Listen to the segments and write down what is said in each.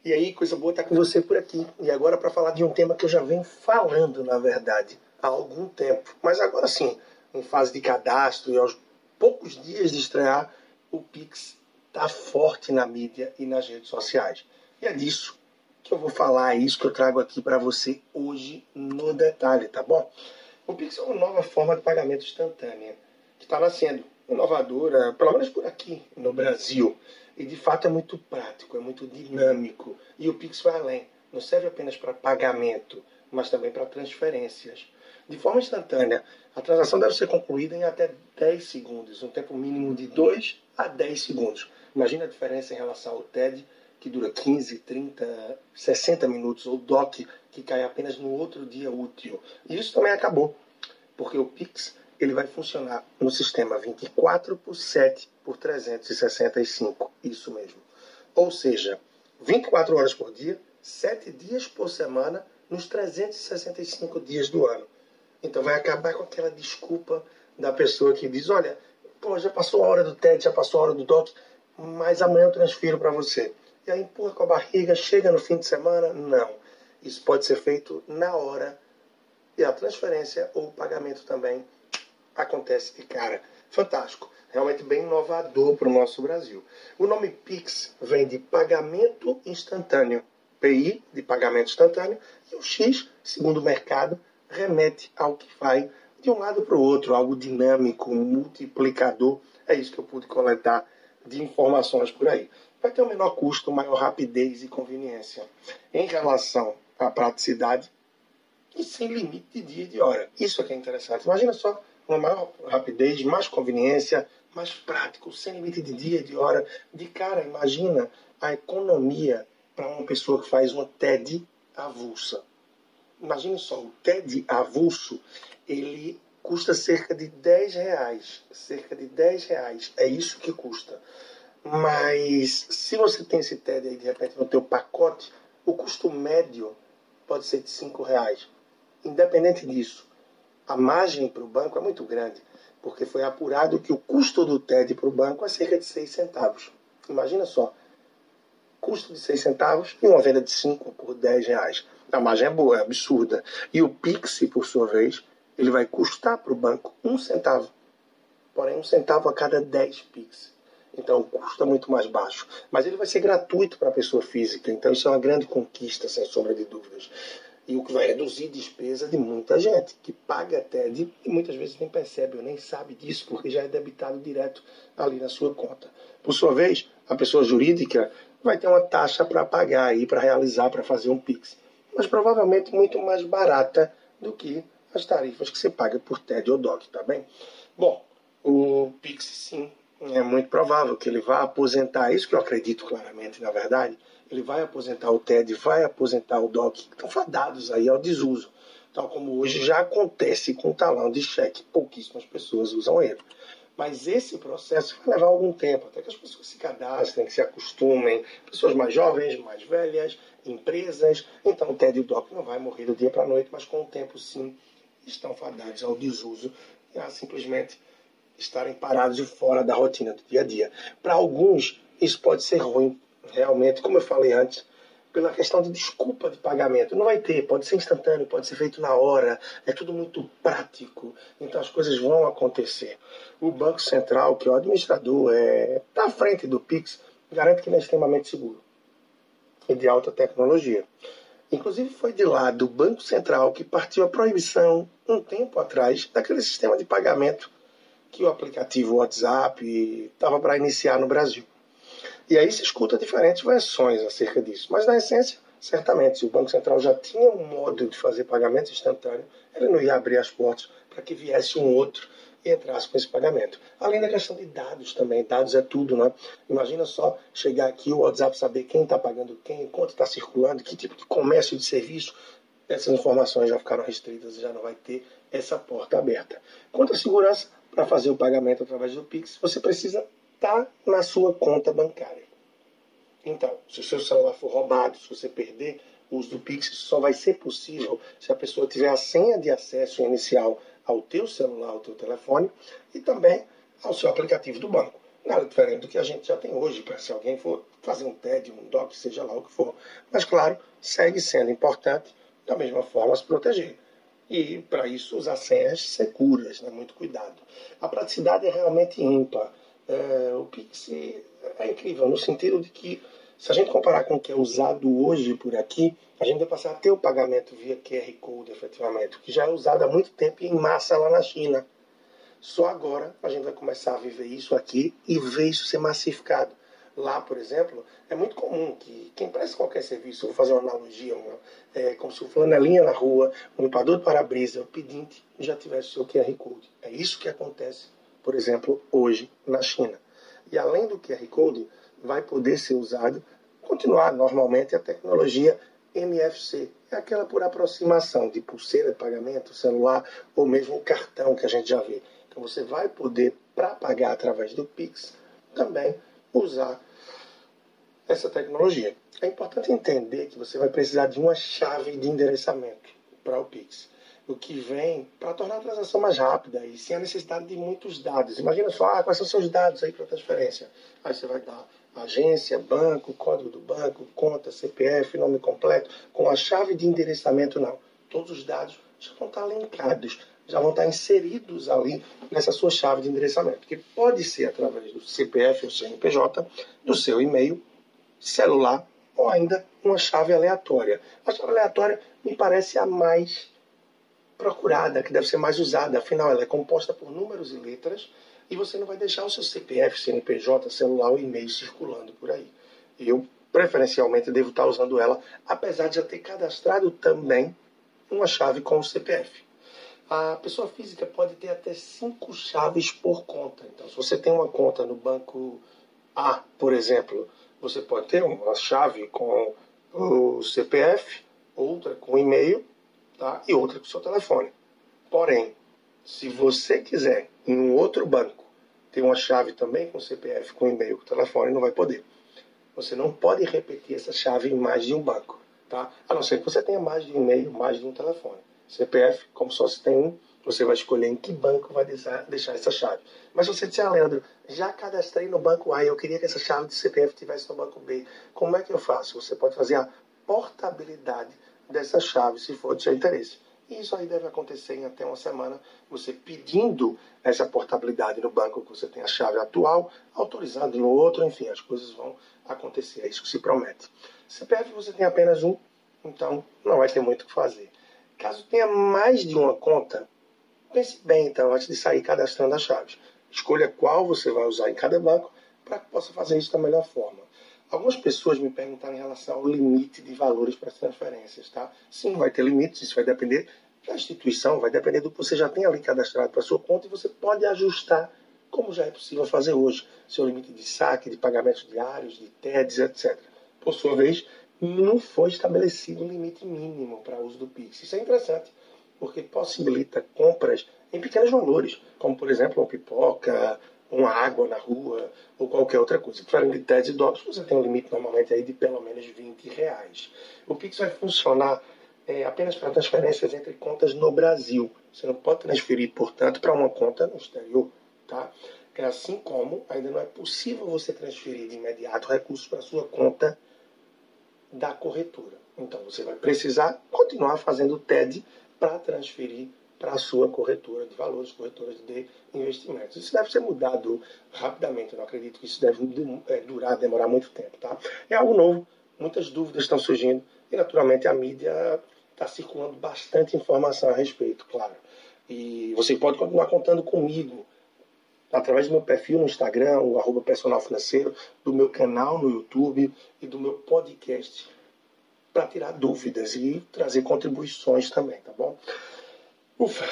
E aí, coisa boa estar com você por aqui. E agora para falar de um tema que eu já venho falando, na verdade, há algum tempo. Mas agora sim, em fase de cadastro e aos poucos dias de estrear, o Pix está forte na mídia e nas redes sociais. E é disso que eu vou falar, é isso que eu trago aqui para você hoje no detalhe, tá bom? O Pix é uma nova forma de pagamento instantânea que está nascendo, inovadora, pelo menos por aqui no Brasil. E de fato é muito prático, é muito dinâmico. E o Pix vai além. Não serve apenas para pagamento, mas também para transferências. De forma instantânea, a transação deve ser concluída em até 10 segundos, um tempo mínimo de 2 a 10 segundos. Imagina a diferença em relação ao TED, que dura 15, 30, 60 minutos, ou DOC, que cai apenas no outro dia útil. E isso também acabou, porque o Pix ele vai funcionar no sistema 24/7 por 365, isso mesmo. Ou seja, 24 horas por dia, 7 dias por semana, nos 365 dias do ano. Então vai acabar com aquela desculpa da pessoa que diz, olha, pô, já passou a hora do TED, já passou a hora do DOC, mas amanhã eu transfiro para você. E aí empurra com a barriga, chega no fim de semana, não. Isso pode ser feito na hora e a transferência ou o pagamento também acontece de cara. Fantástico. Realmente bem inovador para o nosso Brasil. O nome Pix vem de pagamento instantâneo. PI, de pagamento instantâneo, e o X, segundo o mercado, remete ao que vai de um lado para o outro, algo dinâmico, multiplicador. É isso que eu pude coletar de informações por aí. Vai ter um menor custo, maior rapidez e conveniência. Em relação à praticidade, e sem limite de dia e de hora. Isso é que é interessante. Imagina só uma maior rapidez, mais conveniência, mais prático, sem limite de dia e de hora. De cara, imagina a economia para uma pessoa que faz uma TED avulsa. Imagine só, o TED avulso, ele custa cerca de R$10. Cerca de R$10. É isso que custa. Mas se você tem esse TED aí de repente no teu pacote, o custo médio pode ser de R$5. Independente disso, a margem para o banco é muito grande, porque foi apurado que o custo do TED para o banco é cerca de 6 centavos. Imagina só, custo de 6 centavos e uma venda de 5 por R$10. A margem é boa, é absurda. E o Pix, por sua vez, ele vai custar para o banco 1 centavo. Porém, 1 centavo a cada 10 Pix. Então o custo é muito mais baixo. Mas ele vai ser gratuito para a pessoa física. Então isso é uma grande conquista, sem sombra de dúvidas. E o que vai reduzir despesa de muita gente, que paga TED e muitas vezes nem percebe ou nem sabe disso, porque já é debitado direto ali na sua conta. Por sua vez, a pessoa jurídica vai ter uma taxa para pagar aí, para realizar, para fazer um Pix. Mas provavelmente muito mais barata do que as tarifas que você paga por TED ou DOC, tá bem? Bom, o Pix sim, é muito provável que ele vá aposentar, isso que eu acredito claramente, na verdade, ele vai aposentar o TED, vai aposentar o DOC, que estão fadados aí ao desuso, tal como hoje já acontece com o talão de cheque, pouquíssimas pessoas usam ele. Mas esse processo vai levar algum tempo, até que as pessoas se cadastrem, que se acostumem, pessoas mais jovens, mais velhas, empresas. Então o TED e o DOC não vai morrer do dia para a noite, mas com o tempo sim estão fadados ao desuso e a simplesmente estarem parados e fora da rotina do dia a dia. Para alguns isso pode ser ruim, realmente, como eu falei antes, pela questão de desculpa de pagamento. Não vai ter, pode ser instantâneo, pode ser feito na hora, é tudo muito prático, então as coisas vão acontecer. O Banco Central, que é o administrador, está à frente do Pix, garante que ele é extremamente seguro e de alta tecnologia. Inclusive foi de lá do Banco Central que partiu a proibição, um tempo atrás, daquele sistema de pagamento que o aplicativo WhatsApp estava para iniciar no Brasil. E aí se escuta diferentes versões acerca disso. Mas, na essência, certamente, se o Banco Central já tinha um modo de fazer pagamento instantâneo, ele não ia abrir as portas para que viesse um outro e entrasse com esse pagamento. Além da questão de dados também. Dados é tudo, né? Imagina só chegar aqui o WhatsApp saber quem está pagando quem, quanto está circulando, que tipo de comércio de serviço. Essas informações já ficaram restritas e já não vai ter essa porta aberta. Quanto à segurança, para fazer o pagamento através do Pix, você precisa estar na sua conta bancária. Então, se o seu celular for roubado, se você perder o uso do Pix, isso só vai ser possível se a pessoa tiver a senha de acesso inicial ao teu celular, ao teu telefone e também ao seu aplicativo do banco. Nada diferente do que a gente já tem hoje, para se alguém for fazer um TED, um DOC, seja lá o que for. Mas, claro, segue sendo importante, da mesma forma, se proteger. E, para isso, usar senhas seguras, né? Muito cuidado. A praticidade é realmente ímpar. O Pix é incrível, no sentido de que, se a gente comparar com o que é usado hoje por aqui, a gente vai passar a ter o pagamento via QR Code, efetivamente, que já é usado há muito tempo e em massa lá na China. Só agora a gente vai começar a viver isso aqui e ver isso ser massificado. Lá, por exemplo, é muito comum que quem presta qualquer serviço, vou fazer uma analogia, como se o flanelinha na rua, o limpador de para-brisa, o pedinte já tivesse o seu QR Code. É isso que acontece, por exemplo, hoje na China. E além do QR Code, vai poder ser usado, continuar normalmente a tecnologia NFC, é aquela por aproximação de pulseira de pagamento, celular ou mesmo o cartão que a gente já vê. Então você vai poder, para pagar através do Pix, também usar essa tecnologia. É importante entender que você vai precisar de uma chave de endereçamento para o Pix, o que vem para tornar a transação mais rápida e sem a necessidade de muitos dados. Imagina só, quais são seus dados aí para transferência? Aí você vai dar agência, banco, código do banco, conta, CPF, nome completo. Com a chave de endereçamento, não. Todos os dados já vão estar linkados, já vão estar inseridos ali nessa sua chave de endereçamento, que pode ser através do CPF ou CNPJ, do seu e-mail, celular ou ainda uma chave aleatória. A chave aleatória me parece a mais procurada, que deve ser mais usada, afinal ela é composta por números e letras e você não vai deixar o seu CPF, CNPJ, celular ou e-mail circulando por aí. Eu, preferencialmente, devo estar usando ela, apesar de já ter cadastrado também uma chave com o CPF. A pessoa física pode ter até 5 chaves por conta. Então, se você tem uma conta no banco A, por exemplo, você pode ter uma chave com o CPF, outra com o e-mail, tá? E outra com o seu telefone. Porém, se você quiser, em um outro banco, ter uma chave também com CPF, com e-mail, com telefone, não vai poder. Você não pode repetir essa chave em mais de um banco, tá? A não ser que você tenha mais de um e-mail, mais de um telefone. CPF, como só se tem um, você vai escolher em que banco vai deixar essa chave. Mas se você disser, Leandro, já cadastrei no banco A e eu queria que essa chave de CPF estivesse no banco B, como é que eu faço? Você pode fazer a portabilidade dessa chave, se for de seu interesse. E isso aí deve acontecer em até uma semana, você pedindo essa portabilidade no banco que você tem a chave atual, autorizando no outro, enfim, as coisas vão acontecer, é isso que se promete. CPF você tem apenas um, então não vai ter muito o que fazer. Caso tenha mais de uma conta, pense bem então antes de sair cadastrando as chaves. Escolha qual você vai usar em cada banco para que possa fazer isso da melhor forma. Algumas pessoas me perguntaram em relação ao limite de valores para as transferências, tá? Sim, vai ter limites, isso vai depender da instituição, vai depender do que você já tem ali cadastrado para a sua conta e você pode ajustar, como já é possível fazer hoje, seu limite de saque, de pagamentos diários, de TEDs, etc. Por sua vez, não foi estabelecido um limite mínimo para o uso do Pix. Isso é interessante, porque possibilita compras em pequenos valores, como, por exemplo, uma pipoca, uma água na rua ou qualquer outra coisa. Diferente de TEDs e DOCs, você tem um limite normalmente aí de pelo menos R$ 20. O Pix vai funcionar apenas para transferências entre contas no Brasil. Você não pode transferir, portanto, para uma conta no exterior. Tá? Assim como ainda não é possível você transferir de imediato recursos para a sua conta da corretora. Então você vai precisar continuar fazendo o TED para transferir para a sua corretora de valores, corretoras de investimentos. Isso deve ser mudado rapidamente, eu não acredito que isso deve demorar muito tempo. Tá? É algo novo, muitas dúvidas estão surgindo e naturalmente a mídia está circulando bastante informação a respeito, claro. E você pode continuar contando comigo através do meu perfil no Instagram, o @personalfinanceiro, do meu canal no YouTube e do meu podcast para tirar dúvidas e trazer contribuições também, tá bom? Ufa,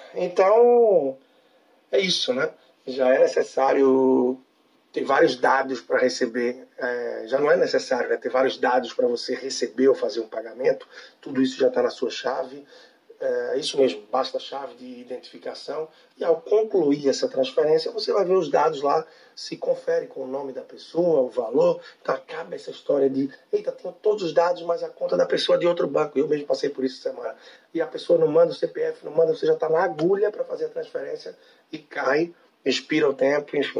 então é isso, né? Já é necessário ter vários dados para receber, já não é necessário, né? Ter vários dados para você receber ou fazer um pagamento, tudo isso já está na sua chave. É isso mesmo, basta a chave de identificação e ao concluir essa transferência você vai ver os dados lá, se confere com o nome da pessoa, o valor, então acaba essa história de, eita, tenho todos os dados, mas a conta da pessoa é de outro banco, eu mesmo passei por isso essa semana, e a pessoa não manda o CPF, não manda, você já está na agulha para fazer a transferência e cai, expira o tempo, enfim,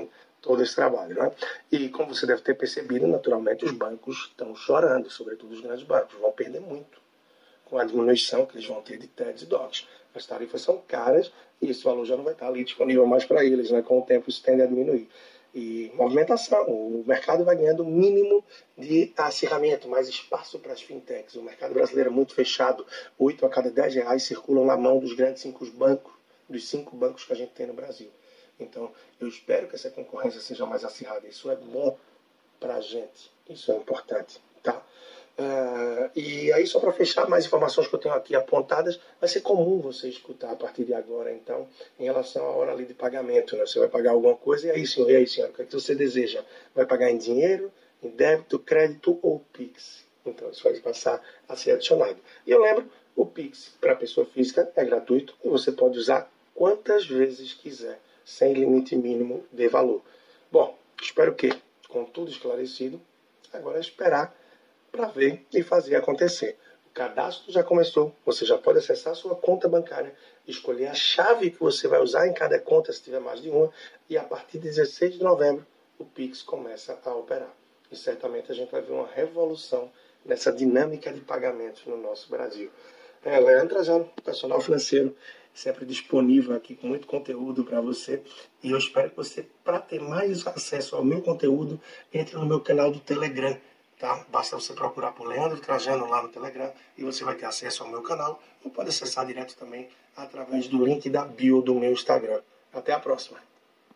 todo esse trabalho, né? E como você deve ter percebido, naturalmente, os bancos estão chorando, sobretudo os grandes bancos, vão perder muito com a diminuição que eles vão ter de TEDs e DOCs. As tarifas são caras e esse valor já não vai estar ali disponível mais para eles, né? Com o tempo isso tende a diminuir. E movimentação, o mercado vai ganhando o mínimo de acirramento, mais espaço para as fintechs. O mercado brasileiro é muito fechado, 8 a cada 10 reais circulam na mão dos grandes 5 bancos, dos 5 bancos que a gente tem no Brasil. Então, eu espero que essa concorrência seja mais acirrada. Isso é bom para a gente, isso é importante, tá? E aí, só para fechar, mais informações que eu tenho aqui apontadas, vai ser comum você escutar a partir de agora, então, em relação à hora ali de pagamento, né? Você vai pagar alguma coisa, e aí, senhor, o que é que você deseja? Vai pagar em dinheiro, em débito, crédito ou Pix? Então, isso vai passar a ser adicionado. E eu lembro, o Pix para a pessoa física é gratuito e você pode usar quantas vezes quiser, sem limite mínimo de valor. Bom, espero que, com tudo esclarecido, agora é esperar para ver e fazer acontecer. O cadastro já começou, você já pode acessar a sua conta bancária, escolher a chave que você vai usar em cada conta, se tiver mais de uma, e a partir de 16 de novembro o Pix começa a operar. E certamente a gente vai ver uma revolução nessa dinâmica de pagamentos no nosso Brasil. Leandro Trajano, personal financeiro, sempre disponível aqui com muito conteúdo para você. E eu espero que você, para ter mais acesso ao meu conteúdo, entre no meu canal do Telegram. Tá? Basta você procurar por Leandro Trajano lá no Telegram e você vai ter acesso ao meu canal. Ou pode acessar direto também através do link da bio do meu Instagram. Até a próxima.